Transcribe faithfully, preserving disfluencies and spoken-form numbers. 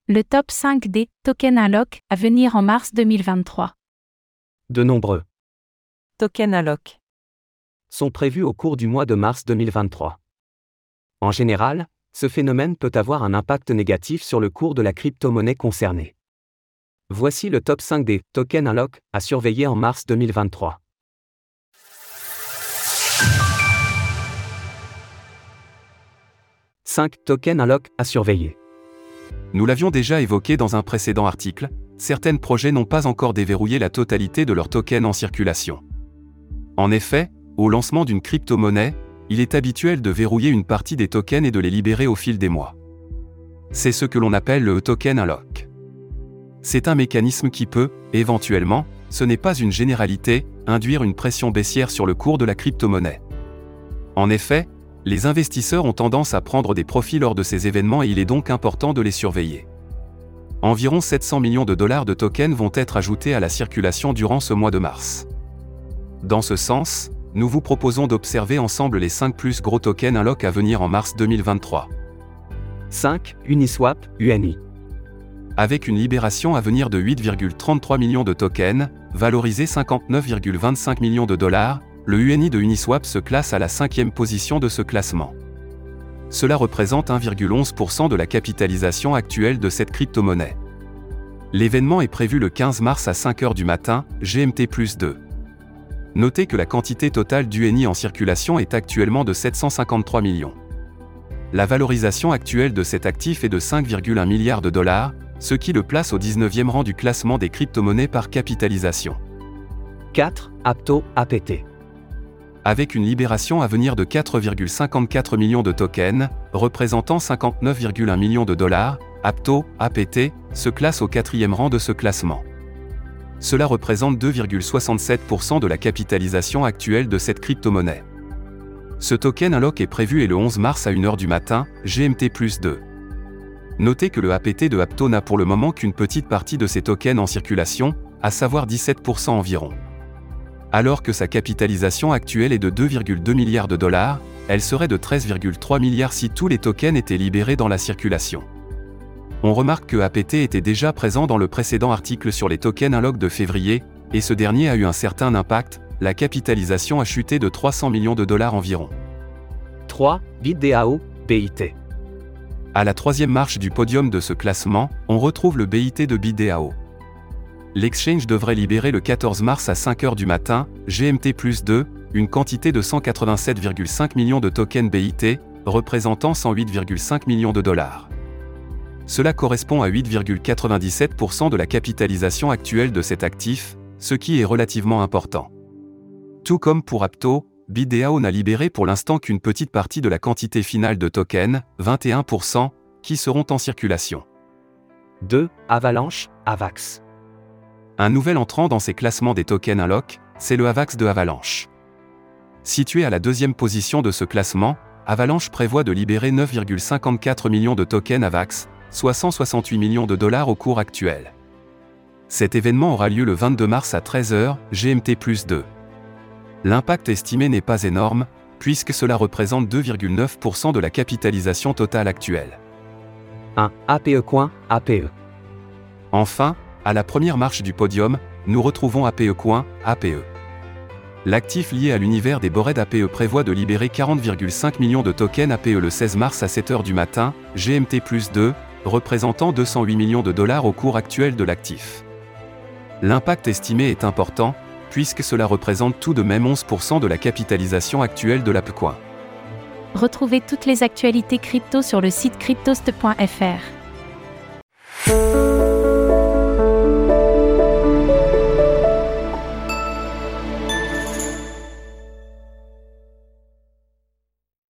Le top cinq des tokens Alloc à venir en mars deux mille vingt-trois. De nombreux Token Alloc sont prévus au cours du mois de mars deux mille vingt-trois. En général, ce phénomène peut avoir un impact négatif sur le cours de la crypto-monnaie concernée. Voici le top cinq des tokens Alloc à surveiller en mars deux mille vingt-trois. cinq tokens Alloc à surveiller. Nous l'avions déjà évoqué dans un précédent article, certains projets n'ont pas encore déverrouillé la totalité de leurs tokens en circulation. En effet, au lancement d'une crypto-monnaie, il est habituel de verrouiller une partie des tokens et de les libérer au fil des mois. C'est ce que l'on appelle le token unlock. C'est un mécanisme qui peut, éventuellement, ce n'est pas une généralité, induire une pression baissière sur le cours de la crypto-monnaie. En effet, les investisseurs ont tendance à prendre des profits lors de ces événements et il est donc important de les surveiller. Environ sept cents millions de dollars de tokens vont être ajoutés à la circulation durant ce mois de mars. Dans ce sens, nous vous proposons d'observer ensemble les cinq plus gros tokens Alloc à venir en mars deux mille vingt-trois. cinq Uniswap, U N I. Avec une libération à venir de huit virgule trente-trois millions de tokens, valorisés cinquante-neuf virgule vingt-cinq millions de dollars, le U N I de Uniswap se classe à la cinquième position de ce classement. Cela représente un virgule onze pour cent de la capitalisation actuelle de cette crypto-monnaie. L'événement est prévu le quinze mars à cinq heures du matin, G M T plus deux. Notez que la quantité totale d'U N I en circulation est actuellement de sept cent cinquante-trois millions. La valorisation actuelle de cet actif est de cinq virgule un milliards de dollars, ce qui le place au dix-neuvième rang du classement des crypto-monnaies par capitalisation. quatre Apto, A P T. Avec une libération à venir de quatre virgule cinquante-quatre millions de tokens, représentant cinquante-neuf virgule un millions de dollars, Apto, A P T, se classe au quatrième rang de ce classement. Cela représente deux virgule soixante-sept pour cent de la capitalisation actuelle de cette crypto-monnaie. Ce token Alloc est prévu et le onze mars à une heure du matin, G M T plus deux. Notez que le A P T de Apto n'a pour le moment qu'une petite partie de ces tokens en circulation, à savoir dix-sept pour cent environ. Alors que sa capitalisation actuelle est de deux virgule deux milliards de dollars, elle serait de treize virgule trois milliards si tous les tokens étaient libérés dans la circulation. On remarque que A P T était déjà présent dans le précédent article sur les tokens Alloc de février, et ce dernier a eu un certain impact, la capitalisation a chuté de trois cents millions de dollars environ. trois BitDAO, B I T. À la troisième marche du podium de ce classement, on retrouve le B I T de BitDAO. L'exchange devrait libérer le quatorze mars à cinq heures du matin, G M T plus deux, une quantité de cent quatre-vingt-sept virgule cinq millions de tokens B I T, représentant cent huit virgule cinq millions de dollars. Cela correspond à huit virgule quatre-vingt-dix-sept pour cent de la capitalisation actuelle de cet actif, ce qui est relativement important. Tout comme pour Apto, BitDAO n'a libéré pour l'instant qu'une petite partie de la quantité finale de tokens, vingt et un pour cent, qui seront en circulation. deux Avalanche, Avax. Un nouvel entrant dans ces classements des tokens Alloc, c'est le Avax de Avalanche. Situé à la deuxième position de ce classement, Avalanche prévoit de libérer neuf virgule cinquante-quatre millions de tokens Avax, soit cent soixante-huit millions de dollars au cours actuel. Cet événement aura lieu le vingt-deux mars à treize heures, G M T plus deux. L'impact estimé n'est pas énorme, puisque cela représente deux virgule neuf pour cent de la capitalisation totale actuelle. un A P E Coin, A P E. Enfin, à la première marche du podium, nous retrouvons A P E Coin, A P E. L'actif lié à l'univers des bored A P E prévoit de libérer quarante virgule cinq millions de tokens A P E le seize mars à sept heures du matin, G M T plus deux, représentant deux cent huit millions de dollars au cours actuel de l'actif. L'impact estimé est important, puisque cela représente tout de même onze pour cent de la capitalisation actuelle de l'A P E Coin. Retrouvez toutes les actualités crypto sur le site cryptost point F R.